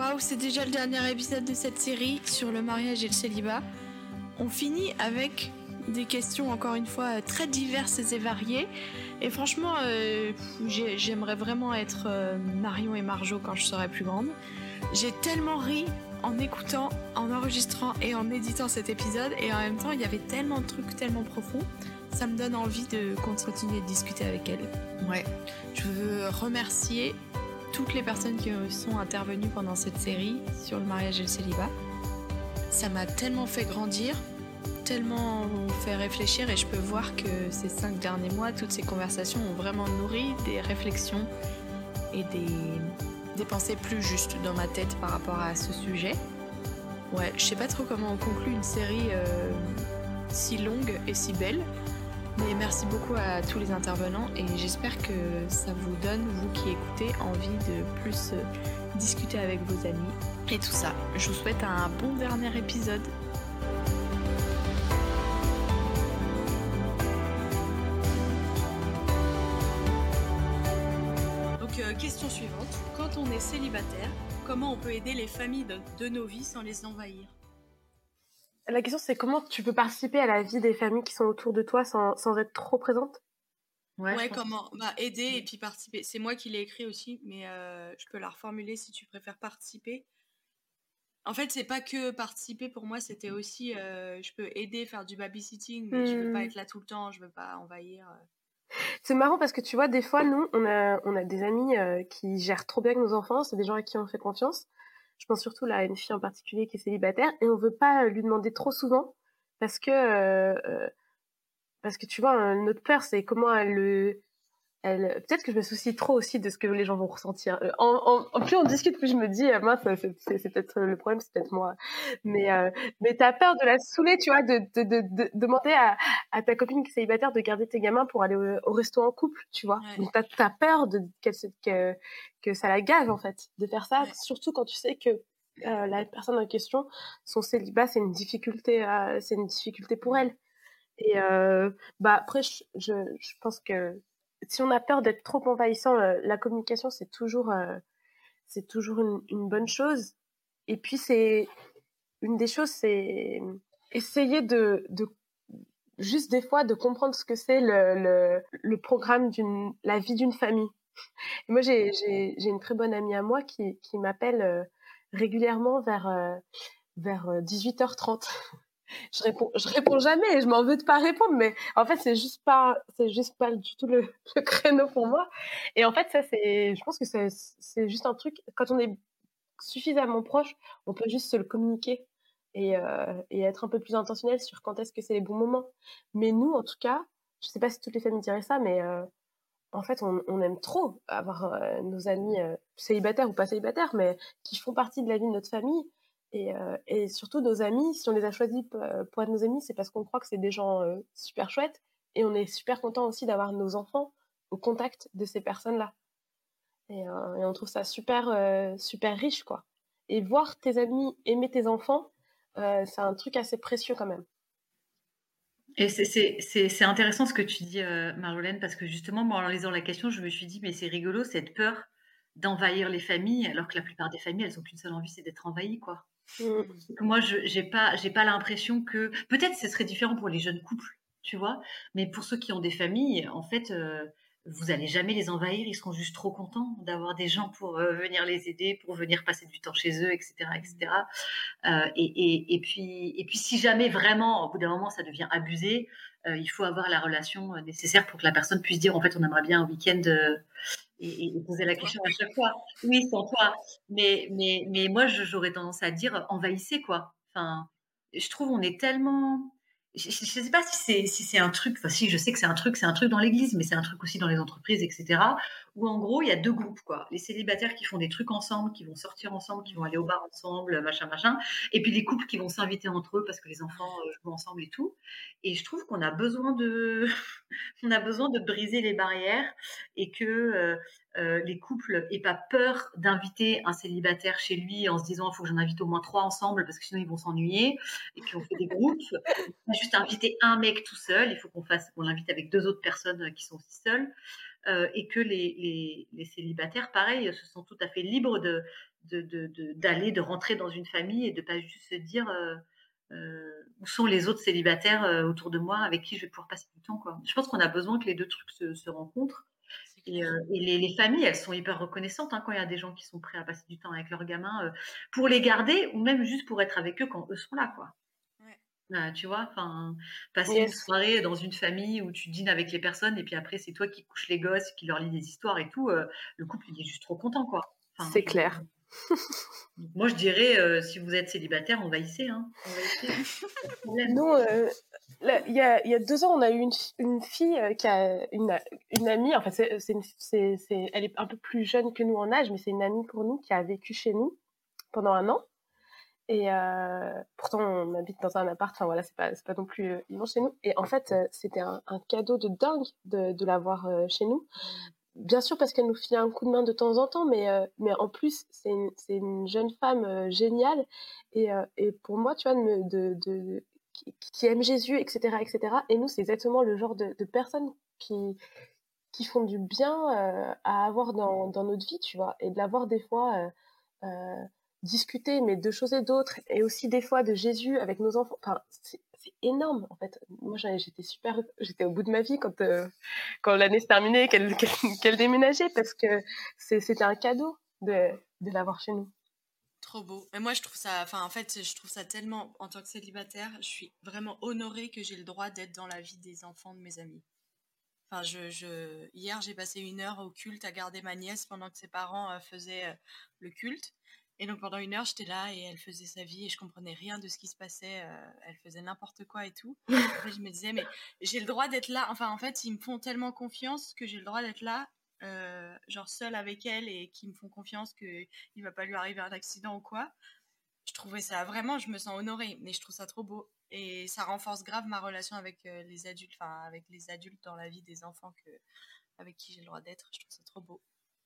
Waouh, c'est déjà le dernier épisode de cette série sur le mariage et le célibat. On finit avec des questions encore une fois très diverses et variées. Et franchement, j'aimerais vraiment être Marion et Marjo quand je serai plus grande. J'ai tellement ri en écoutant, en enregistrant et en éditant cet épisode. Et en même temps, il y avait tellement de trucs tellement profonds. Ça me donne envie de continuer de discuter avec elle. Ouais, je veux remercier toutes les personnes qui sont intervenues pendant cette série sur le mariage et le célibat. Ça m'a tellement fait grandir, tellement fait réfléchir, et je peux voir que ces 5 derniers mois, toutes ces conversations ont vraiment nourri des réflexions et des pensées plus justes dans ma tête par rapport à ce sujet. Ouais, je sais pas trop comment on conclut une série si longue et si belle. Mais merci beaucoup à tous les intervenants et j'espère que ça vous donne, vous qui écoutez, envie de plus discuter avec vos amis et tout ça. Je vous souhaite un bon dernier épisode. Donc, question suivante. Quand on est célibataire, comment on peut aider les familles de nos vies sans les envahir ? La question, c'est comment tu peux participer à la vie des familles qui sont autour de toi sans être trop présente ? Ouais, comment aider et puis participer. C'est moi qui l'ai écrit aussi, mais je peux la reformuler si tu préfères participer. En fait, c'est pas que participer pour moi, c'était aussi je peux aider, faire du babysitting, mais je veux pas être là tout le temps, je veux pas envahir. C'est marrant parce que tu vois, des fois, nous, on a des amis qui gèrent trop bien avec nos enfants, c'est des gens à qui on fait confiance. Je pense surtout là à une fille en particulier qui est célibataire et on veut pas lui demander trop souvent parce que tu vois, notre peur, c'est comment peut-être que je me soucie trop aussi de ce que les gens vont ressentir. En plus on discute, plus je me dis, mince, c'est peut-être le problème, c'est peut-être moi. Mais t'as peur de la saouler, tu vois, de demander à ta copine qui est célibataire de garder tes gamins pour aller au resto en couple, tu vois. Ouais. Donc t'as peur que ça la gave, en fait, de faire ça, ouais. Surtout quand tu sais que la personne en question, son célibat, c'est une difficulté pour elle. Et après, je pense que si on a peur d'être trop envahissant, la communication, c'est toujours une bonne chose. Et puis, c'est une des choses, c'est essayer de juste des fois de comprendre ce que c'est le programme la vie d'une famille. Et moi, j'ai une très bonne amie à moi qui m'appelle régulièrement vers 18h30. Je réponds jamais et je m'en veux de pas répondre, mais en fait c'est juste pas du tout le créneau pour moi. Et en fait ça je pense que c'est juste un truc, quand on est suffisamment proche, on peut juste se le communiquer et être un peu plus intentionnel sur quand est-ce que c'est les bons moments. Mais nous en tout cas, je sais pas si toutes les familles diraient ça, mais en fait on aime trop avoir nos amis célibataires ou pas célibataires, mais qui font partie de la vie de notre famille. Et surtout nos amis, si on les a choisis pour être nos amis, c'est parce qu'on croit que c'est des gens super chouettes, et on est super content aussi d'avoir nos enfants au contact de ces personnes-là. Et on trouve ça super super riche, quoi. Et voir tes amis aimer tes enfants, c'est un truc assez précieux quand même. Et c'est intéressant ce que tu dis, Marjolaine, parce que justement, moi, en lisant la question, je me suis dit, mais c'est rigolo, cette peur d'envahir les familles, alors que la plupart des familles, elles n'ont qu'une seule envie, c'est d'être envahies, quoi. Moi, j'ai pas l'impression que... Peut-être ce serait différent pour les jeunes couples, tu vois, mais pour ceux qui ont des familles, en fait, vous allez jamais les envahir, ils seront juste trop contents d'avoir des gens pour venir les aider, pour venir passer du temps chez eux, etc., etc. Et puis, si jamais vraiment, au bout d'un moment, ça devient abusé, il faut avoir la relation nécessaire pour que la personne puisse dire, en fait, on aimerait bien un week-end et poser la question à chaque fois. Oui, sans toi. Mais moi, j'aurais tendance à dire, envahissez, quoi. Enfin, je trouve, on est tellement... Je ne sais pas si c'est un truc, enfin si, je sais que c'est un truc dans l'église, mais c'est un truc aussi dans les entreprises, etc. Où en gros, il y a 2 groupes, quoi. Les célibataires qui font des trucs ensemble, qui vont sortir ensemble, qui vont aller au bar ensemble, machin, machin. Et puis les couples qui vont s'inviter entre eux parce que les enfants jouent ensemble et tout. Et je trouve qu'on a besoin on a besoin de briser les barrières et que les couples aient pas peur d'inviter un célibataire chez lui en se disant il faut que j'en invite au moins 3 ensemble parce que sinon ils vont s'ennuyer. Et puis on fait des groupes. On va juste inviter un mec tout seul. Il faut qu'on l'invite avec 2 autres personnes qui sont aussi seules. et que les célibataires, pareil, se sentent tout à fait libres d'aller, de rentrer dans une famille et de pas juste se dire où sont les autres célibataires autour de moi avec qui je vais pouvoir passer du temps, quoi. Je pense qu'on a besoin que les deux trucs se rencontrent. Et les familles, elles sont hyper reconnaissantes quand il y a des gens qui sont prêts à passer du temps avec leurs gamins pour les garder ou même juste pour être avec eux quand eux sont là, quoi. Tu vois, passer une soirée dans une famille où tu dînes avec les personnes et puis après c'est toi qui couches les gosses, qui leur lis des histoires et tout, le couple il est juste trop content, quoi. C'est clair. Moi je dirais, si vous êtes célibataire, envahissez, Non, il y a 2 ans, on a eu une fille qui a une amie. En fait, elle est un peu plus jeune que nous en âge, mais c'est une amie pour nous qui a vécu chez nous pendant 1 an. Et pourtant, on habite dans un appart. Enfin voilà, c'est pas non plus immense chez nous. Et en fait, c'était un cadeau de dingue de l'avoir chez nous. Bien sûr, parce qu'elle nous filait un coup de main de temps en temps, mais en plus, c'est une jeune femme géniale. Et pour moi, tu vois, qui aime Jésus, etc., etc. Et nous, c'est exactement le genre de personnes qui font du bien à avoir dans notre vie, tu vois. Et de l'avoir des fois discuter, mais de choses et d'autres, et aussi des fois de Jésus avec nos enfants. Enfin, c'est énorme, en fait. Moi, j'étais au bout de ma vie quand l'année se terminait, qu'elle déménageait, parce que c'était un cadeau de l'avoir chez nous. Trop beau. Mais moi, je trouve ça, en fait, je trouve ça tellement, en tant que célibataire, je suis vraiment honorée que j'ai le droit d'être dans la vie des enfants de mes amis. Enfin, hier, j'ai passé 1 heure au culte à garder ma nièce pendant que ses parents faisaient le culte. Et donc, pendant 1 heure, j'étais là et elle faisait sa vie et je comprenais rien de ce qui se passait. Elle faisait n'importe quoi et tout. En fait, je me disais, mais j'ai le droit d'être là. Enfin, en fait, ils me font tellement confiance que j'ai le droit d'être là, genre seule avec elle et qu'ils me font confiance qu'il va pas lui arriver un accident ou quoi. Je trouvais ça vraiment, je me sens honorée, mais je trouve ça trop beau. Et ça renforce grave ma relation avec les adultes, avec les adultes dans la vie des enfants avec qui j'ai le droit d'être. Je trouve ça trop beau.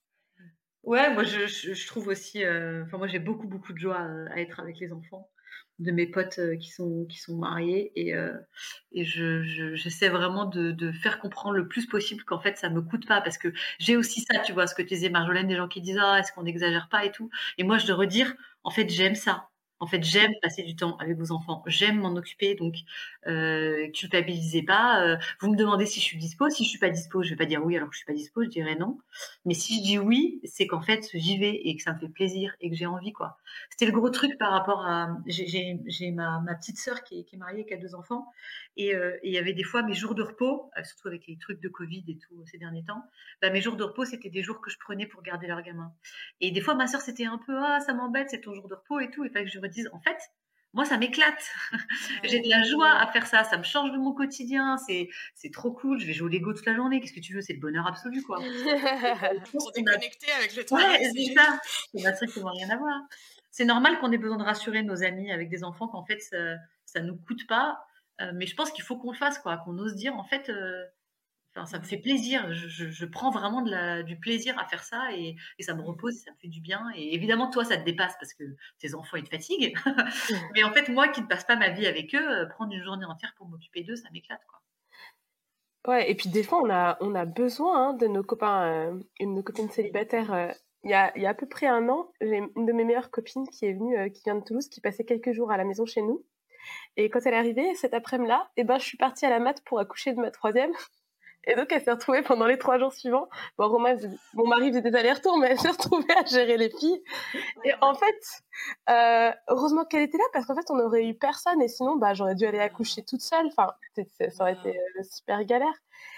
Ouais, moi je trouve aussi, moi j'ai beaucoup de joie à être avec les enfants de mes potes qui sont mariés et j'essaie vraiment de faire comprendre le plus possible qu'en fait ça me coûte pas parce que j'ai aussi ça, tu vois, ce que tu disais Marjolaine, des gens qui disent est-ce qu'on n'exagère pas et tout. Et moi je dois redire, en fait j'aime ça. En fait, j'aime passer du temps avec vos enfants, j'aime m'en occuper, donc culpabilisez pas. Vous me demandez si je suis dispo, si je suis pas dispo, je vais pas dire oui alors que je suis pas dispo, je dirais non. Mais si je dis oui, c'est qu'en fait j'y vais et que ça me fait plaisir et que j'ai envie, quoi. C'était le gros truc par rapport à j'ai ma petite sœur qui est mariée, qui a 2 enfants et il y avait des fois mes jours de repos, surtout avec les trucs de Covid et tout ces derniers temps, mes jours de repos c'était des jours que je prenais pour garder leurs gamins. Et des fois ma sœur c'était un peu ça m'embête, c'est ton jour de repos et tout, et fallait que je lui redise en fait moi ça m'éclate. J'ai de la joie à faire ça, ça me change de mon quotidien, c'est trop cool, je vais jouer au Lego toute la journée, qu'est-ce que tu veux, c'est le bonheur absolu, quoi. Pour déconnecter avec le travail, ouais, c'est ça, ça n'a strictement rien à voir. C'est normal qu'on ait besoin de rassurer nos amis avec des enfants qu'en fait ça nous coûte pas, mais je pense qu'il faut qu'on le fasse, quoi, qu'on ose dire en fait ça me fait plaisir, je prends vraiment du plaisir à faire ça et ça me repose et ça me fait du bien. Et évidemment, toi, ça te dépasse parce que tes enfants, ils te fatiguent. Mais en fait, moi qui ne passe pas ma vie avec eux, prendre une journée entière pour m'occuper d'eux, ça m'éclate, quoi. Ouais, et puis des fois, on a besoin de nos copains et de nos copines célibataires. Il y a à peu près 1 an, j'ai une de mes meilleures copines qui est venue, qui vient de Toulouse, qui passait quelques jours à la maison chez nous. Et quand elle est arrivée, cet après-midi-là, je suis partie à la mat pour accoucher de ma 3e. Et donc, elle s'est retrouvée pendant les 3 jours suivants. Bon, mon mari faisait des allers-retours, mais elle s'est retrouvée à gérer les filles. Et en fait, heureusement qu'elle était là, parce qu'en fait, on n'aurait eu personne. Et sinon, j'aurais dû aller accoucher toute seule. Enfin, ça aurait été super galère.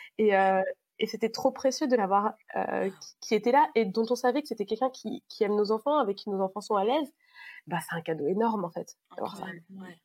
Et c'était trop précieux de l'avoir qui était là et dont on savait que c'était quelqu'un qui aime nos enfants, avec qui nos enfants sont à l'aise. C'est un cadeau énorme, en fait, d'avoir ça. Ouais.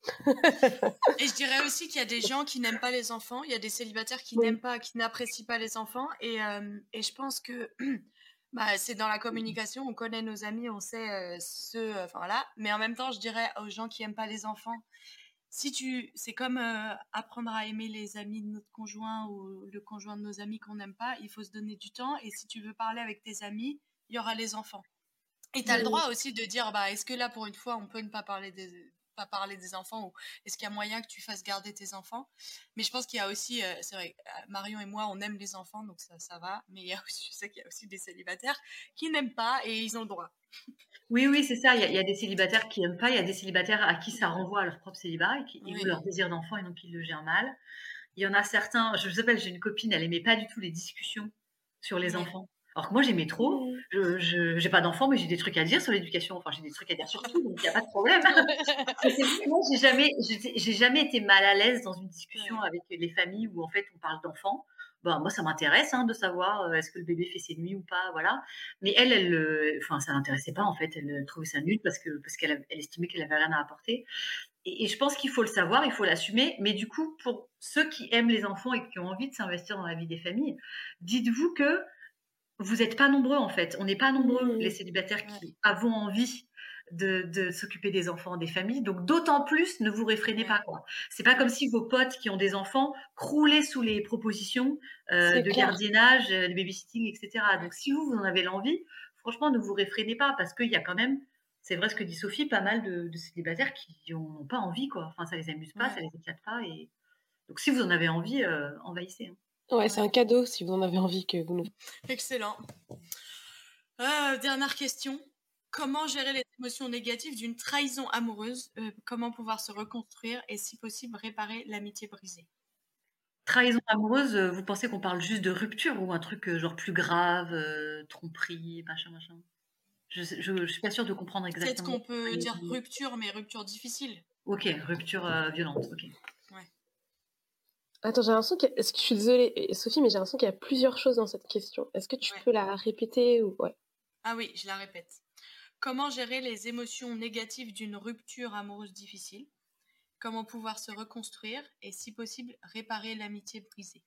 Et je dirais aussi qu'il y a des gens qui n'aiment pas les enfants, il y a des célibataires qui n'aiment pas, qui n'apprécient pas les enfants, et je pense que c'est dans la communication, on connaît nos amis, on sait voilà, mais en même temps, je dirais aux gens qui n'aiment pas les enfants, c'est comme apprendre à aimer les amis de notre conjoint ou le conjoint de nos amis qu'on n'aime pas, il faut se donner du temps, et si tu veux parler avec tes amis, il y aura les enfants. Et tu as le droit aussi de dire, est-ce que là, pour une fois, on peut ne pas parler pas parler des enfants ou est-ce qu'il y a moyen que tu fasses garder tes enfants. Mais je pense qu'il y a aussi, c'est vrai, Marion et moi, on aime les enfants, donc ça va. Mais je sais qu'il y a aussi des célibataires qui n'aiment pas et ils ont le droit. Oui, oui, c'est ça. Il y a des célibataires qui aiment pas. Il y a des célibataires à qui ça renvoie à leur propre célibat et Oui. ou leur désir d'enfant et donc ils le gèrent mal. Il y en a certains, je vous rappelle, j'ai une copine, elle aimait pas du tout les discussions sur les Ouais. enfants. Alors que moi, j'aimais trop. J'ai pas d'enfants, mais j'ai des trucs à dire sur l'éducation. Enfin, j'ai des trucs à dire sur tout, donc il n'y a pas de problème. Mais c'est juste que moi, j'ai jamais été mal à l'aise dans une discussion Ouais. avec les familles où en fait on parle d'enfants. Bon, moi, ça m'intéresse de savoir est-ce que le bébé fait ses nuits ou pas, voilà. Mais enfin, ça l'intéressait pas en fait. Elle trouvait ça nul parce qu'elle estimait qu'elle avait rien à apporter. Et je pense qu'il faut le savoir, il faut l'assumer. Mais du coup, pour ceux qui aiment les enfants et qui ont envie de s'investir dans la vie des familles, dites-vous que vous n'êtes pas nombreux en fait. On n'est pas nombreux, les célibataires qui avons envie de s'occuper des enfants, des familles. Donc d'autant plus, ne vous réfrénez pas, quoi. C'est pas comme si vos potes qui ont des enfants croulaient sous les propositions de gardiennage, de babysitting, etc. Donc si vous en avez l'envie, franchement, ne vous réfrénez pas parce qu'il y a quand même, c'est vrai ce que dit Sophie, pas mal de célibataires qui n'ont pas envie, quoi. Enfin, ça les amuse pas, ça les éclate pas. Et donc si vous en avez envie, envahissez. Ouais, c'est un cadeau si vous en avez envie que vous nous... Excellent. Dernière question. Comment gérer les émotions négatives d'une trahison amoureuse? Comment pouvoir se reconstruire et, si possible, réparer l'amitié brisée? Trahison amoureuse, vous pensez qu'on parle juste de rupture ou un truc genre plus grave, tromperie, machin, machin? Je suis pas sûre de comprendre Peut-être exactement. qu'on peut dire rupture, mais rupture difficile. Ok, rupture violente, ok. Ouais. Attends, j'ai l'impression qu'il y a... Je suis désolée, Sophie, mais j'ai l'impression qu'il y a plusieurs choses dans cette question. Est-ce que tu peux la répéter ou... Ouais. Ah oui, je la répète. Comment gérer les émotions négatives d'une rupture amoureuse difficile? Comment pouvoir se reconstruire et, si possible, réparer l'amitié brisée?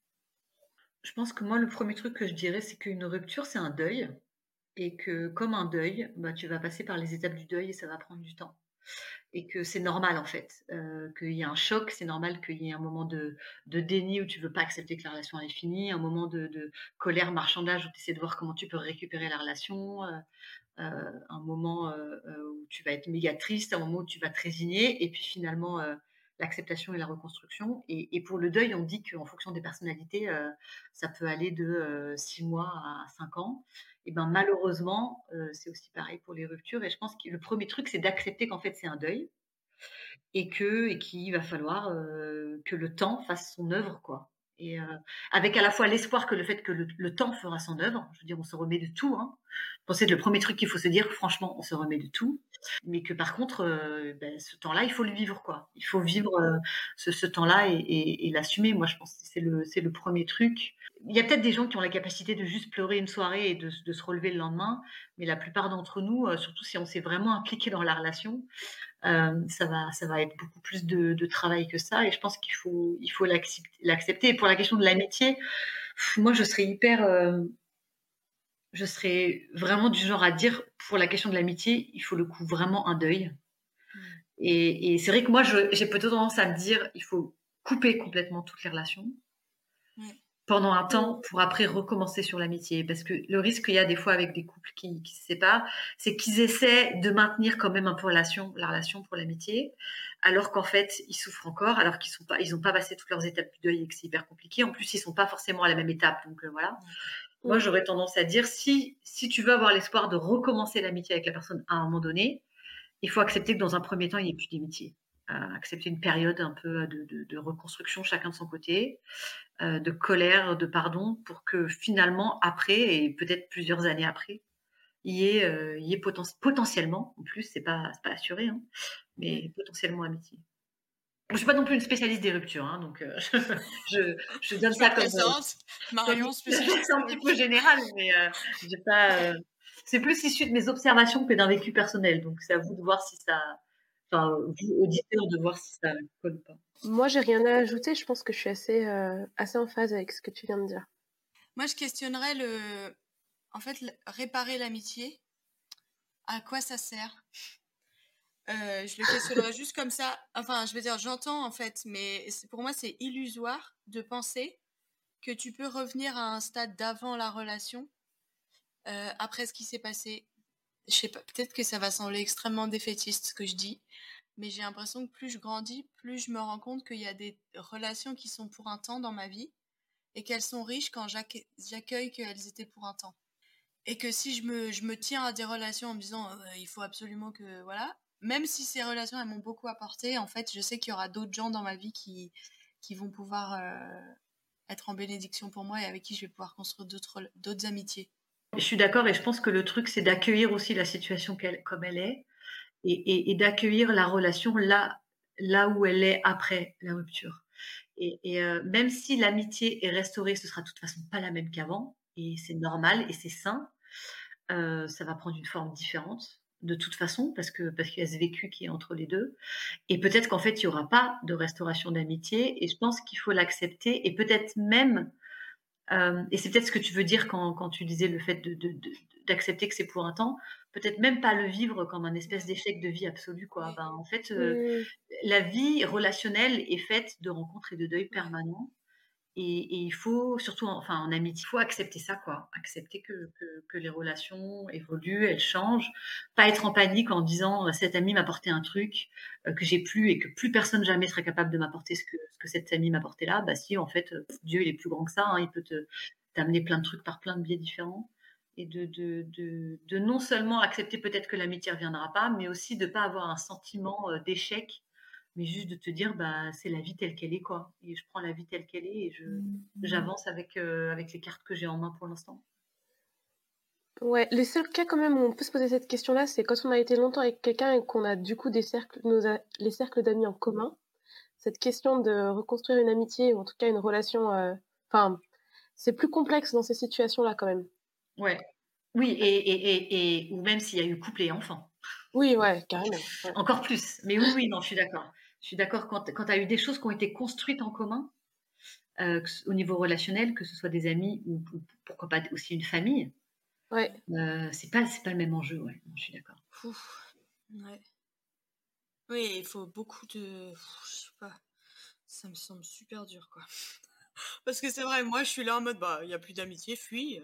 Je pense que moi, le premier truc que je dirais, c'est qu'une rupture, c'est un deuil. Et que comme un deuil, tu vas passer par les étapes du deuil et ça va prendre du temps. Et que c'est normal en fait, qu'il y ait un choc, c'est normal qu'il y ait un moment de déni où tu veux pas accepter que la relation est finie, un moment de colère, marchandage où tu essaies de voir comment tu peux récupérer la relation, un moment où tu vas être méga triste, un moment où tu vas te résigner, et puis finalement l'acceptation et la reconstruction. Et pour le deuil, on dit qu'en fonction des personnalités, ça peut aller de 6 mois à 5 ans. Et ben malheureusement, c'est aussi pareil pour les ruptures. Et je pense que le premier truc, c'est d'accepter qu'en fait c'est un deuil et qu'il va falloir que le temps fasse son œuvre, quoi. Et avec à la fois l'espoir que le fait que le temps fera son œuvre. Je veux dire, on se remet de tout. C'est le premier truc qu'il faut se dire. Franchement, on se remet de tout. Mais que par contre, ce temps-là, il faut le vivre, quoi. Il faut vivre ce temps-là et l'assumer. Moi, je pense que c'est le premier truc. Il y a peut-être des gens qui ont la capacité de juste pleurer une soirée et de se relever le lendemain. Mais la plupart d'entre nous, surtout si on s'est vraiment impliqué dans la relation, ça va être beaucoup plus de travail que ça. Et je pense qu'il faut l'accepter. Et pour la question de l'amitié, moi, je serais vraiment du genre à dire, pour la question de l'amitié, il faut le coup vraiment un deuil. Et c'est vrai que moi, j'ai plutôt tendance à me dire, il faut couper complètement toutes les relations pendant un temps pour après recommencer sur l'amitié. Parce que le risque qu'il y a des fois avec des couples qui se séparent, c'est qu'ils essaient de maintenir quand même un peu la relation pour l'amitié, alors qu'en fait, ils souffrent encore, alors ils n'ont pas passé toutes leurs étapes du deuil et que c'est hyper compliqué. En plus, ils sont pas forcément à la même étape. Donc voilà. Moi, j'aurais tendance à dire, si tu veux avoir l'espoir de recommencer l'amitié avec la personne à un moment donné, il faut accepter que dans un premier temps, il n'y ait plus d'amitié. Accepter une période un peu de reconstruction, chacun de son côté, de colère, de pardon, pour que finalement, après, et peut-être plusieurs années après, il y ait potentiellement, en plus, c'est pas assuré, mais potentiellement amitié. Je ne suis pas non plus une spécialiste des ruptures, donc je donne ça comme Marion, spécialiste. C'est un petit peu général, mais j'ai pas. C'est plus issu de mes observations que d'un vécu personnel, donc c'est à vous de voir si ça. Enfin, vous, auditeurs, de voir si ça colle ou pas. Moi, j'ai rien à ajouter. Je pense que je suis assez en phase avec ce que tu viens de dire. Moi, je questionnerais réparer l'amitié. À quoi ça sert? Je le questionnerais juste comme ça. Enfin, je veux dire, j'entends en fait, mais pour moi, c'est illusoire de penser que tu peux revenir à un stade d'avant la relation après ce qui s'est passé. Je sais pas, peut-être que ça va sembler extrêmement défaitiste ce que je dis, mais j'ai l'impression que plus je grandis, plus je me rends compte qu'il y a des relations qui sont pour un temps dans ma vie et qu'elles sont riches quand j'accueille qu'elles étaient pour un temps. Et que si je me tiens à des relations en me disant il faut absolument que voilà, même si ces relations elles m'ont beaucoup apporté, en fait je sais qu'il y aura d'autres gens dans ma vie qui vont pouvoir être en bénédiction pour moi et avec qui je vais pouvoir construire d'autres amitiés. Je suis d'accord et je pense que le truc c'est d'accueillir aussi la situation comme elle est et d'accueillir la relation là où elle est après la rupture. Et même si l'amitié est restaurée, ce sera de toute façon pas la même qu'avant et c'est normal et c'est sain. Ça va prendre une forme différente de toute façon parce qu'il y a ce vécu qui est entre les 2 et peut-être qu'en fait, il y aura pas de restauration d'amitié et je pense qu'il faut l'accepter et peut-être même, et c'est peut-être ce que tu veux dire quand tu disais le fait d'accepter que c'est pour un temps, peut-être même pas le vivre comme un espèce d'échec de vie absolu, quoi. Oui. Ben, en fait, Oui. la vie relationnelle est faite de rencontres et de deuils Ouais. permanents et il faut surtout en amitié, il faut accepter ça, quoi. Accepter que les relations évoluent, elles changent. Pas être en panique en disant cet ami m'a apporté un truc que j'ai plus et que plus personne jamais serait capable de m'apporter ce que cet ami m'a apporté là. Bah si, en fait, Dieu il est plus grand que ça. Hein, il peut t'amener plein de trucs par plein de biais différents. Et de non seulement accepter peut-être que l'amitié ne reviendra pas, mais aussi de ne pas avoir un sentiment d'échec mais juste de te dire bah c'est la vie telle qu'elle est quoi et je prends la vie telle qu'elle est et j'avance avec les cartes que j'ai en main pour l'instant. Ouais, les seuls cas quand même où on peut se poser cette question-là, c'est quand on a été longtemps avec quelqu'un et qu'on a du coup les cercles d'amis en commun. Cette question de reconstruire une amitié ou en tout cas une relation, enfin, c'est plus complexe dans ces situations-là quand même. Ouais. Oui et ou même s'il y a eu couple et enfant. Oui, ouais, carrément. Ouais. Encore plus. Mais oui, non, je suis d'accord. Je suis d'accord quand tu as eu des choses qui ont été construites en commun au niveau relationnel, que ce soit des amis ou pourquoi pas aussi une famille. Ouais. C'est pas le même enjeu, ouais. Non, je suis d'accord. Ouais. Oui, il faut beaucoup de. Je sais pas. Ça me semble super dur, quoi. Parce que c'est vrai, moi, je suis là en mode, bah, il n'y a plus d'amitié, fuis.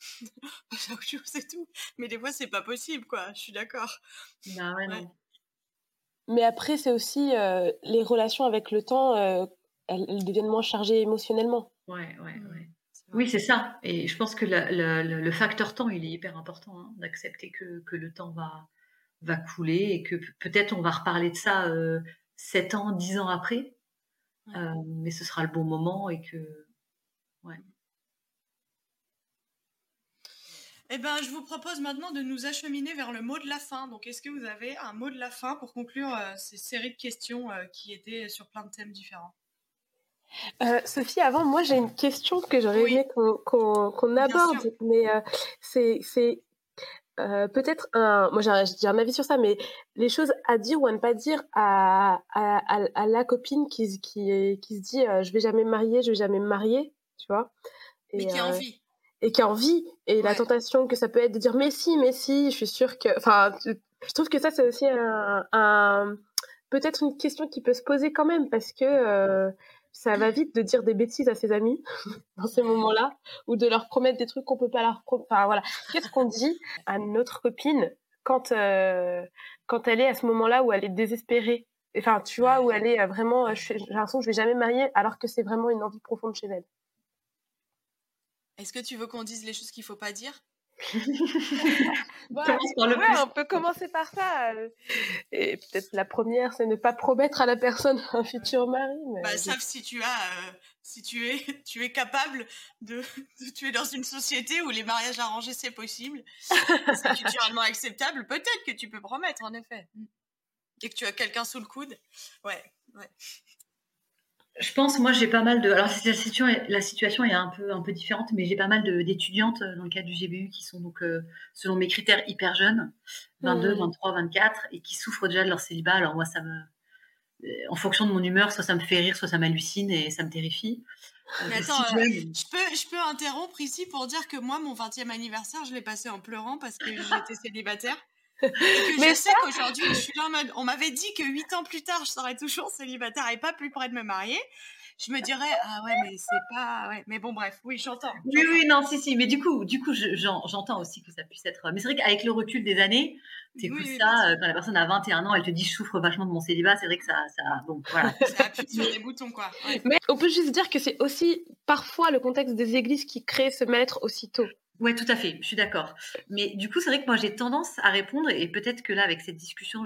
C'est tout. Mais des fois, c'est pas possible, quoi. Je suis d'accord. Bah ouais, non. Mais après, c'est aussi les relations avec le temps, elles deviennent moins chargées émotionnellement. Ouais. Oui, c'est ça. Et je pense que le facteur temps, il est hyper important, hein, d'accepter que le temps va couler et que peut-être on va reparler de ça 7 ans, 10 ans après. Ouais. Mais ce sera le bon moment et que. Ouais. Eh ben, je vous propose maintenant de nous acheminer vers le mot de la fin. Donc, est-ce que vous avez un mot de la fin pour conclure ces séries de questions qui étaient sur plein de thèmes différents? Sophie, avant, moi j'ai une question que j'aurais Oui. aimé qu'on aborde, sûr. mais c'est peut-être moi j'ai un avis sur ça, mais les choses à dire ou à ne pas dire à la copine qui se dit je vais jamais me marier, je vais jamais me marier, tu vois, Mais qui a envie. et qui a envie, et la Ouais. tentation que ça peut être de dire mais si, je suis sûre que, enfin, je trouve que ça c'est aussi peut-être une question qui peut se poser quand même parce que ça va vite de dire des bêtises à ses amis dans ces moments-là, ou de leur promettre des trucs qu'on peut pas leur promettre. Enfin voilà, qu'est-ce qu'on dit à notre copine quand elle est à ce moment-là où elle est désespérée, enfin tu vois, où elle est vraiment, j'ai l'impression que je vais jamais me marier, alors que c'est vraiment une envie profonde chez elle. Est-ce que tu veux qu'on dise les choses qu'il faut pas dire? Commence par le plus. On peut commencer par ça. Et peut-être la première, c'est ne pas promettre à la personne un futur mari. Mais Sauf si tu as, si tu es capable tu es dans une société où les mariages arrangés c'est possible, c'est culturellement acceptable, peut-être que tu peux promettre en effet. Et que tu as quelqu'un sous le coude. Ouais. Je pense, moi, j'ai pas mal de. Alors, la situation est un peu différente, mais j'ai pas mal d'étudiantes dans le cadre du GBU qui sont donc, selon mes critères, hyper jeunes, 22, 23, 24, et qui souffrent déjà de leur célibat. Alors, moi, en fonction de mon humeur, soit ça me fait rire, soit ça m'hallucine et ça me terrifie. Mais attends, je peux interrompre ici pour dire que moi, mon 20e anniversaire, je l'ai passé en pleurant parce que j'étais célibataire. Et que je sais qu'aujourd'hui, je suis là en mode, on m'avait dit que 8 ans plus tard, je serais toujours célibataire et pas plus près de me marier. Je me dirais, ah ouais, mais c'est pas... Ouais. Mais bon, bref, oui, j'entends. Oui, non, si. Mais du coup, j'entends aussi que ça puisse être... Mais c'est vrai qu'avec le recul des années, T'écoutes Oui, bien ça, sûr. quand la personne a 21 ans, elle te dit: «Je souffre vachement de mon célibat», c'est vrai que ça bon, voilà. Ça appuie sur des boutons, quoi. Ouais. Mais on peut juste dire que c'est aussi parfois le contexte des églises qui crée ce mal-être aussitôt. Ouais, tout à fait, je suis d'accord. Mais du coup, c'est vrai que moi, j'ai tendance à répondre et peut-être que là, avec cette discussion,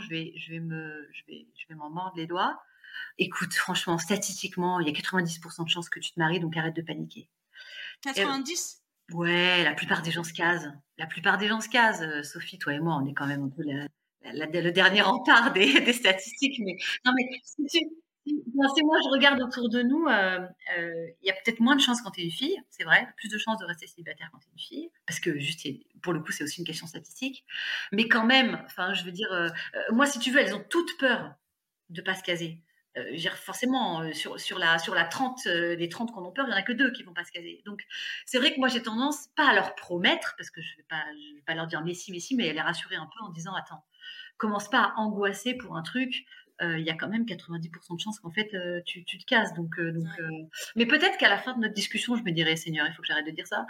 je vais m'en mordre les doigts. Écoute, franchement, statistiquement, il y a 90 de chances que tu te maries, donc arrête de paniquer. Et 90? ouais, la plupart des gens se casent. La plupart des gens se casent. Sophie, toi et moi, on est quand même un peu le dernier rempart des statistiques. Mais non, mais c'est moi, je regarde autour de nous. Il y a peut-être moins de chances quand tu es une fille, c'est vrai. Plus de chances de rester célibataire quand tu es une fille, parce que juste, pour le coup, c'est aussi une question statistique. Mais quand même, enfin, je veux dire, moi, si tu veux, elles ont toutes peur de pas se caser. Forcément, sur la 30, des 30 qu'on ont peur, il n'y en a que 2 qui vont pas se caser. Donc, c'est vrai que moi, j'ai tendance, pas à leur promettre, parce que je vais pas leur dire mais si, mais à les rassurer un peu en disant attends, commence pas à angoisser pour un truc. Il y a quand même 90% de chances qu'en fait tu te casses. Mais peut-être qu'à la fin de notre discussion, je me dirais Seigneur, il faut que j'arrête de dire ça.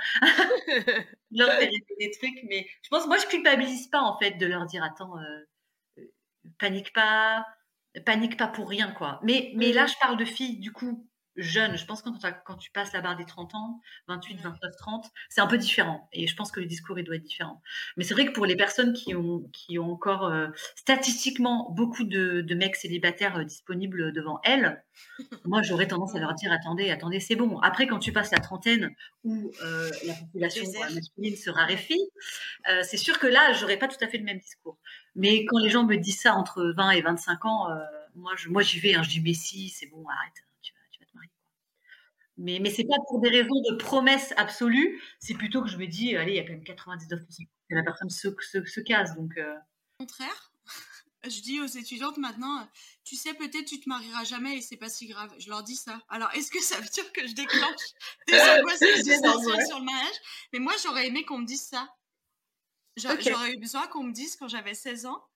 Je leur fais répéter des trucs, mais je pense, moi, je culpabilise pas en fait de leur dire attends, euh, panique pas, panique pas pour rien, quoi. Mais là, je parle de filles, du coup, jeunes. Je pense que quand tu passes la barre des 30 ans, 28, 29, 30, c'est un peu différent. Et je pense que le discours, il doit être différent. Mais c'est vrai que pour les personnes qui ont encore statistiquement beaucoup de mecs célibataires disponibles devant elles, moi, j'aurais tendance à leur dire attendez, c'est bon. Après, quand tu passes la trentaine où la population Désert. masculine se raréfie, c'est sûr que là, j'aurais pas tout à fait le même discours. Mais quand les gens me disent ça entre 20 et 25 ans, moi j'y vais, hein, je dis mais si, c'est bon, arrête, tu vas te marier. Mais c'est pas pour des raisons de promesse absolue, c'est plutôt que je me dis, allez, il y a quand même 99% que la personne se case. Donc, Au contraire, je dis aux étudiantes maintenant, tu sais, peut-être tu te marieras jamais et c'est pas si grave. Je leur dis ça. Alors, est-ce que ça veut dire que je déclenche des angoisses existentielles sur le mariage? Mais moi, j'aurais aimé qu'on me dise ça. J'aurais eu besoin qu'on me dise quand j'avais 16 ans,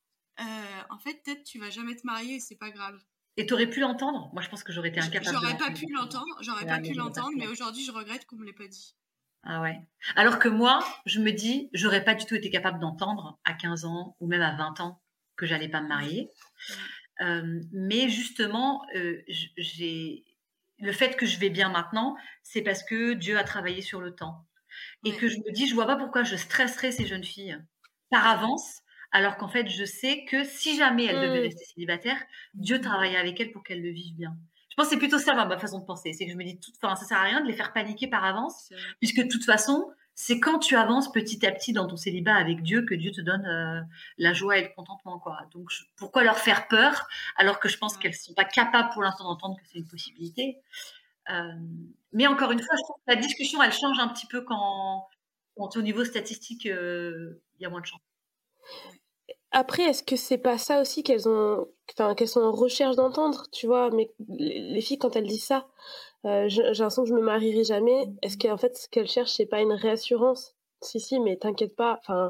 en fait, peut-être tu vas jamais te marier et c'est pas grave. et t'aurais pu l'entendre? Moi, je pense que j'aurais été incapable de J'aurais pas l'entendre. pu l'entendre, mais aujourd'hui, je regrette qu'on me l'ait pas dit. Ah ouais. Alors que moi, je me dis, j'aurais pas du tout été capable d'entendre à 15 ans ou même à 20 ans que j'allais pas me marier. Mais justement, le fait que je vais bien maintenant, c'est parce que Dieu a travaillé sur le temps. Et que je me dis, je vois pas pourquoi je stresserais ces jeunes filles par avance, alors qu'en fait, je sais que si jamais elles devaient rester célibataires, Dieu travaillait avec elles pour qu'elles le vivent bien. Je pense que c'est plutôt ça ma façon de penser. C'est que je me dis, ça sert à rien de les faire paniquer par avance, puisque de toute façon, c'est quand tu avances petit à petit dans ton célibat avec Dieu que Dieu te donne la joie et le contentement, quoi. Donc, pourquoi leur faire peur alors que je pense qu'elles sont pas capables pour l'instant d'entendre que c'est une possibilité. Mais encore une fois, je trouve que la discussion, elle change un petit peu quand au niveau statistique, il y a moins de chances. Après, est-ce que c'est pas ça aussi qu'elles sont en recherche d'entendre, tu vois? Mais les filles, quand elles disent ça, j'ai l'impression que je me marierai jamais. Est-ce qu'en fait, ce qu'elles cherchent, c'est pas une réassurance? Si, mais t'inquiète pas. Enfin,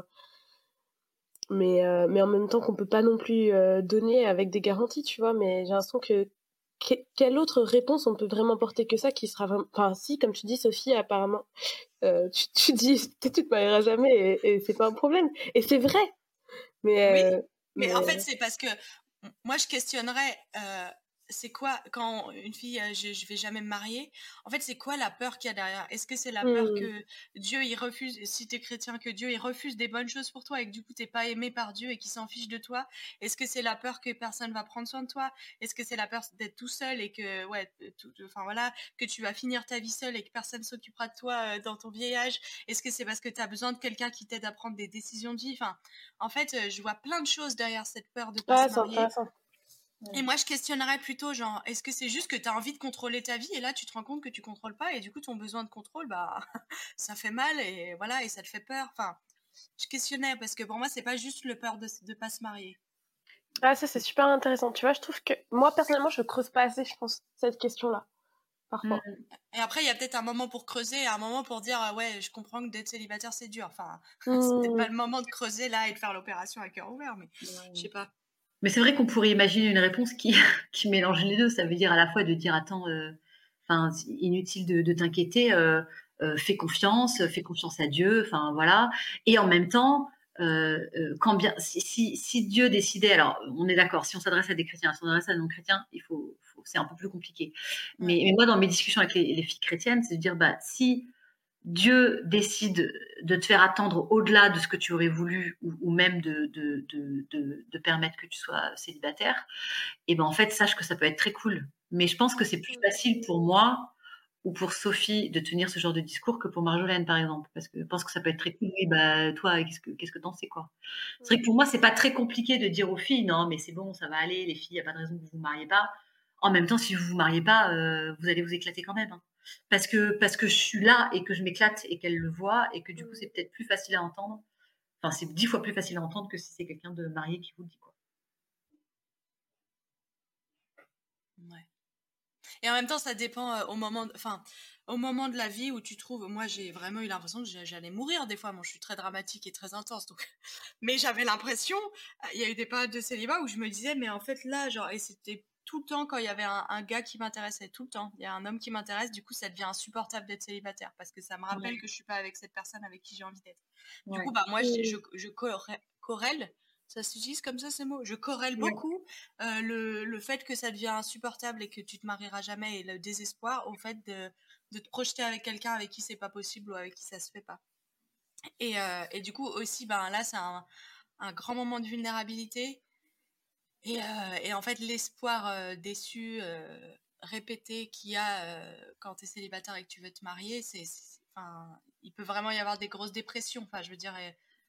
mais en même temps qu'on peut pas non plus donner avec des garanties, tu vois. Mais j'ai l'impression que quelle autre réponse on peut vraiment porter que ça qui sera vraiment... Enfin, si, comme tu dis, Sophie, apparemment, tu dis peut-être tu te marieras jamais et c'est pas un problème. Et c'est vrai. Mais, mais en fait, c'est parce que moi, je questionnerais, c'est quoi, quand une fille, je vais jamais me marier, en fait, c'est quoi la peur qu'il y a derrière? Est-ce que c'est la peur que Dieu, il refuse, si t'es chrétien, que Dieu, il refuse des bonnes choses pour toi et que du coup, t'es pas aimé par Dieu et qu'il s'en fiche de toi? Est-ce que c'est la peur que personne va prendre soin de toi? Est-ce que c'est la peur d'être tout seul et que, enfin voilà, que tu vas finir ta vie seule et que personne s'occupera de toi dans ton vieillage? Est-ce que c'est parce que t'as besoin de quelqu'un qui t'aide à prendre des décisions de vie? Enfin, en fait, je vois plein de choses derrière cette peur de pas se marier. Et moi, je questionnerais plutôt, genre, est-ce que c'est juste que tu as envie de contrôler ta vie et là, tu te rends compte que tu contrôles pas et du coup, ton besoin de contrôle, bah, ça fait mal et voilà, et ça te fait peur. Enfin, je questionnais parce que pour moi, c'est pas juste le peur de pas se marier. Ah, ça, c'est super intéressant. Tu vois, je trouve que moi, personnellement, je creuse pas assez, je pense, cette question-là, parfois. Et après, il y a peut-être un moment pour creuser et un moment pour dire, ouais, je comprends que d'être célibataire, c'est dur. Enfin, c'est peut-être pas le moment de creuser là et de faire l'opération à cœur ouvert, mais je sais pas. Mais c'est vrai qu'on pourrait imaginer une réponse qui mélange les deux. Ça veut dire à la fois de dire attends, inutile de t'inquiéter, fais confiance à Dieu, enfin voilà. Et en même temps, quand bien, si Dieu décidait, alors on est d'accord, si on s'adresse à des chrétiens, si on s'adresse à des non-chrétiens, c'est un peu plus compliqué. Mais moi, dans mes discussions avec les filles chrétiennes, c'est de dire, si Dieu décide de te faire attendre au-delà de ce que tu aurais voulu, ou même de permettre que tu sois célibataire, et en fait, sache que ça peut être très cool. Mais je pense que c'est plus facile pour moi ou pour Sophie de tenir ce genre de discours que pour Marjolaine, par exemple, parce que je pense que ça peut être très cool. Oui, toi, qu'est-ce que t'en sais, quoi. C'est vrai que pour moi, c'est pas très compliqué de dire aux filles, non, mais c'est bon, ça va aller, les filles, il n'y a pas de raison que vous vous mariez pas. En même temps, si vous vous mariez pas, vous allez vous éclater quand même, hein. Parce que je suis là et que je m'éclate et qu'elle le voit, et que du coup, c'est peut-être plus facile à entendre. Enfin, c'est 10 fois plus facile à entendre que si c'est quelqu'un de marié qui vous le dit, quoi. Ouais. Et en même temps, ça dépend au moment de la vie où tu trouves. Moi, j'ai vraiment eu l'impression que j'allais mourir des fois. Moi, je suis très dramatique et très intense, donc. Mais j'avais l'impression, il y a eu des périodes de célibat où je me disais, mais en fait là, genre, et c'était tout le temps quand il y avait un gars qui m'intéressait, tout le temps. Il y a un homme qui m'intéresse, du coup, ça devient insupportable d'être célibataire parce que ça me rappelle que je suis pas avec cette personne avec qui j'ai envie d'être. Du coup, moi, je corrèle. Ça s'utilise comme ça, ces mots. Je corrèle beaucoup le fait que ça devient insupportable et que tu te marieras jamais, et le désespoir au fait de te projeter avec quelqu'un avec qui c'est pas possible ou avec qui ça se fait pas. Et du coup aussi, là, c'est un grand moment de vulnérabilité. Et en fait, l'espoir déçu, répété qu'il y a quand tu es célibataire et que tu veux te marier, il peut vraiment y avoir des grosses dépressions. Enfin, je veux dire,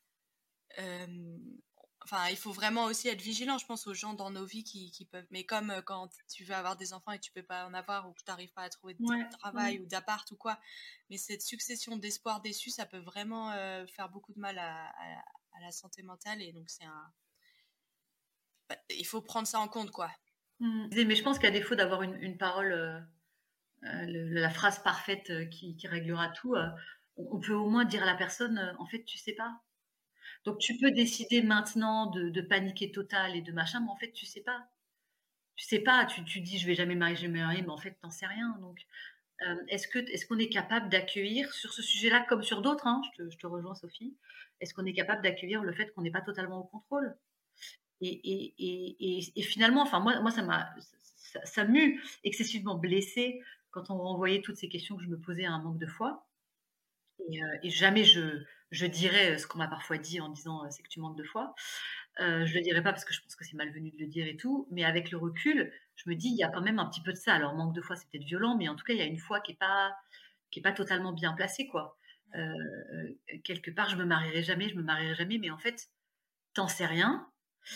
il faut vraiment aussi être vigilant, je pense, aux gens dans nos vies qui peuvent. Mais comme quand tu veux avoir des enfants et tu peux pas en avoir, ou que tu n'arrives pas à trouver de travail ou d'appart ou quoi. Mais cette succession d'espoirs déçus, ça peut vraiment faire beaucoup de mal à la santé mentale. Et donc, il faut prendre ça en compte, quoi. Mais je pense qu'à défaut d'avoir une parole, la phrase parfaite qui réglera tout, on peut au moins dire à la personne, en fait, tu sais pas. Donc tu peux décider maintenant de paniquer total et de machin, mais en fait, tu sais pas. Tu sais pas, tu dis: «Je vais jamais me marier», mais en fait, tu sais rien. Donc, est-ce qu'on est capable d'accueillir sur ce sujet-là, comme sur d'autres, hein, je te rejoins, Sophie, est-ce qu'on est capable d'accueillir le fait qu'on n'est pas totalement au contrôle? Et finalement, enfin moi ça m'eût excessivement blessée quand on renvoyait toutes ces questions que je me posais à un manque de foi. Et jamais je dirais ce qu'on m'a parfois dit en disant c'est que tu manques de foi. Je le dirais pas parce que je pense que c'est malvenu de le dire et tout, mais avec le recul, je me dis il y a quand même un petit peu de ça. Alors manque de foi, c'est peut-être violent, mais en tout cas il y a une foi qui est pas totalement bien placée, quoi. Quelque part, je me marierai jamais, mais en fait, t'en sais rien.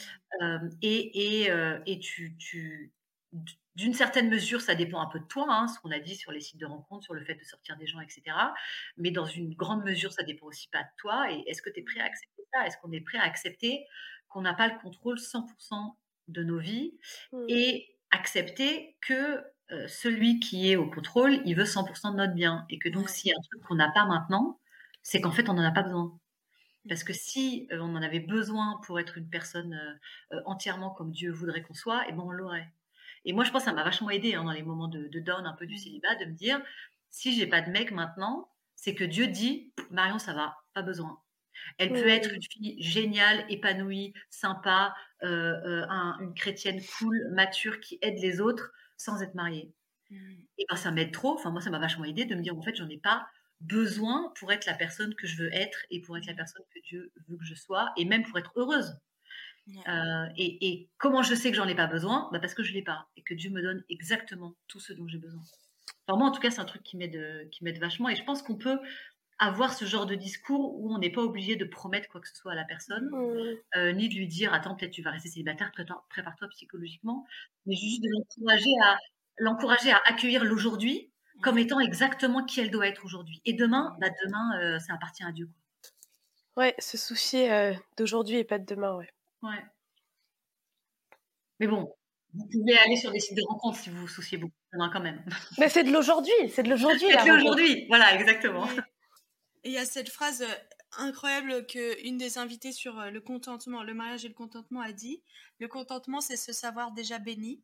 Et d'une certaine mesure, ça dépend un peu de toi, hein, ce qu'on a dit sur les sites de rencontres, sur le fait de sortir des gens, etc. Mais dans une grande mesure, ça dépend aussi pas de toi. Et est-ce que tu es prêt à accepter ça? Est-ce qu'on est prêt à accepter qu'on n'a pas le contrôle 100% de nos vies, et accepter que celui qui est au contrôle, il veut 100% de notre bien, et que donc s'il y a un truc qu'on n'a pas maintenant, c'est qu'en fait on n'en a pas besoin. Parce que si on en avait besoin pour être une personne entièrement comme Dieu voudrait qu'on soit, et on l'aurait. Et moi, je pense que ça m'a vachement aidée, hein, dans les moments de down un peu du célibat, de me dire, si j'ai pas de mec maintenant, c'est que Dieu dit, Marion, ça va, pas besoin. Elle peut être une fille géniale, épanouie, sympa, une chrétienne cool, mature, qui aide les autres sans être mariée. Et ça m'aide trop. Enfin, moi, ça m'a vachement aidée de me dire, en fait, j'en ai pas besoin pour être la personne que je veux être, et pour être la personne que Dieu veut que je sois, et même pour être heureuse. Et comment je sais que j'en ai pas besoin? Parce que je l'ai pas, et que Dieu me donne exactement tout ce dont j'ai besoin. Enfin, moi, en tout cas, c'est un truc qui m'aide vachement, et je pense qu'on peut avoir ce genre de discours où on n'est pas obligé de promettre quoi que ce soit à la personne, ni de lui dire attends, peut-être tu vas rester célibataire, prépare-toi psychologiquement, mais juste de l'encourager à accueillir l'aujourd'hui comme étant exactement qui elle doit être aujourd'hui. Et demain, ça appartient à Dieu, quoi. Ouais, se soucier d'aujourd'hui et pas de demain, ouais. Ouais. Mais bon, vous pouvez aller sur des sites de rencontres si vous vous souciez beaucoup de demain, quand même. Mais c'est de l'aujourd'hui. Faites-le aujourd'hui, voilà, exactement. Ouais. Et il y a cette phrase incroyable qu'une des invitées sur le contentement, le mariage et le contentement a dit. Le contentement, c'est se savoir déjà béni,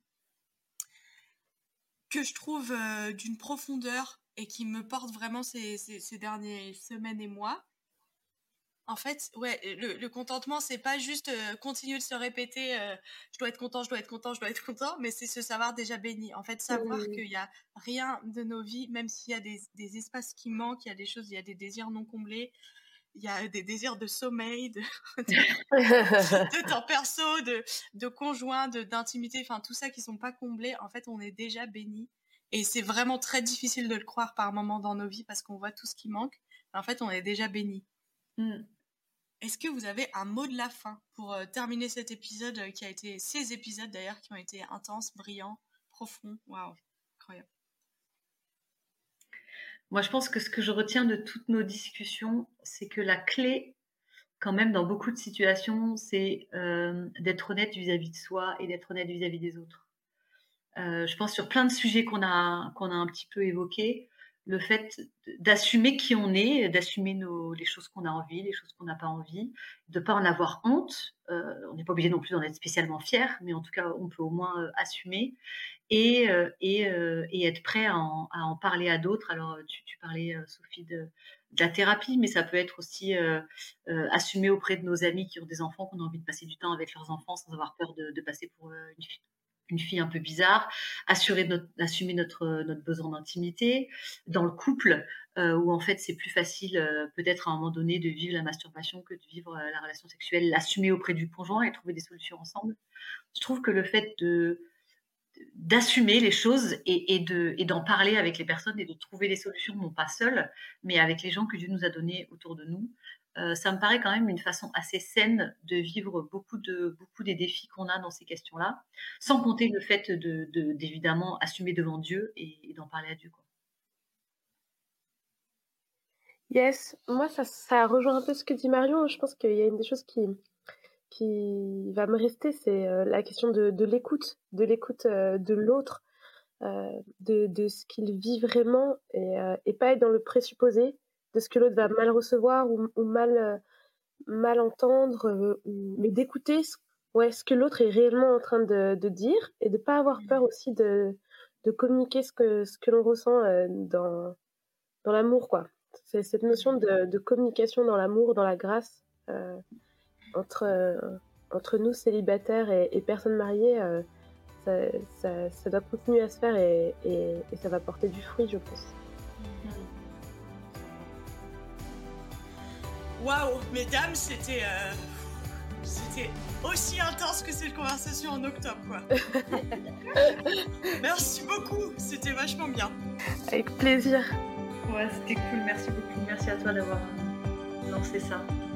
que je trouve d'une profondeur et qui me porte vraiment ces dernières semaines et mois. En fait, ouais, le contentement, c'est pas juste continuer de se répéter je dois être content, je dois être content, je dois être content, mais c'est se savoir déjà béni. En fait, savoir qu'il y a rien de nos vies, même s'il y a des espaces qui manquent, il y a des choses, il y a des désirs non comblés, il y a des désirs de sommeil, de temps perso, de conjoint, d'intimité, enfin tout ça qui sont pas comblés. En fait, on est déjà béni. Et c'est vraiment très difficile de le croire par moments dans nos vies parce qu'on voit tout ce qui manque. En fait, on est déjà béni. Est-ce que vous avez un mot de la fin pour terminer cet épisode qui a été, ces épisodes d'ailleurs, qui ont été intenses, brillants, profonds? Waouh, incroyable. Moi, je pense que ce que je retiens de toutes nos discussions, c'est que la clé, quand même, dans beaucoup de situations, c'est d'être honnête vis-à-vis de soi et d'être honnête vis-à-vis des autres. Je pense sur plein de sujets qu'on a un petit peu évoqués, le fait d'assumer qui on est, d'assumer les choses qu'on a envie, les choses qu'on n'a pas envie, de ne pas en avoir honte. On n'est pas obligé non plus d'en être spécialement fier, mais en tout cas, on peut au moins assumer et être prêt à en parler à d'autres. Alors, tu parlais, Sophie, de la thérapie, mais ça peut être aussi assumer auprès de nos amis qui ont des enfants, qu'on a envie de passer du temps avec leurs enfants sans avoir peur de passer pour une fille un peu bizarre, assumer notre besoin d'intimité. Dans le couple, où en fait c'est plus facile peut-être à un moment donné de vivre la masturbation que de vivre la relation sexuelle, l'assumer auprès du conjoint et trouver des solutions ensemble. Je trouve que le fait d'assumer les choses et d'en parler avec les personnes et de trouver des solutions, non pas seules, mais avec les gens que Dieu nous a donnés autour de nous, ça me paraît quand même une façon assez saine de vivre beaucoup des défis qu'on a dans ces questions-là, sans compter le fait d'évidemment assumer devant Dieu et d'en parler à Dieu, quoi. Yes, moi ça rejoint un peu ce que dit Marion. Je pense qu'il y a une des choses qui va me rester, c'est la question de l'écoute, de l'autre, de ce qu'il vit vraiment et pas être dans le présupposé de ce que l'autre va mal recevoir ou mal entendre, mais d'écouter ce que l'autre est réellement en train de dire et de pas avoir peur aussi de communiquer ce que l'on ressent dans l'amour, quoi. C'est cette notion de communication dans l'amour, dans la grâce, entre nous célibataires et personnes mariées, ça doit continuer à se faire et ça va porter du fruit, je pense. Waouh, mesdames, c'était aussi intense que cette conversation en octobre, quoi. Merci beaucoup, c'était vachement bien. Avec plaisir. Ouais, c'était cool, merci beaucoup. Merci à toi d'avoir lancé ça.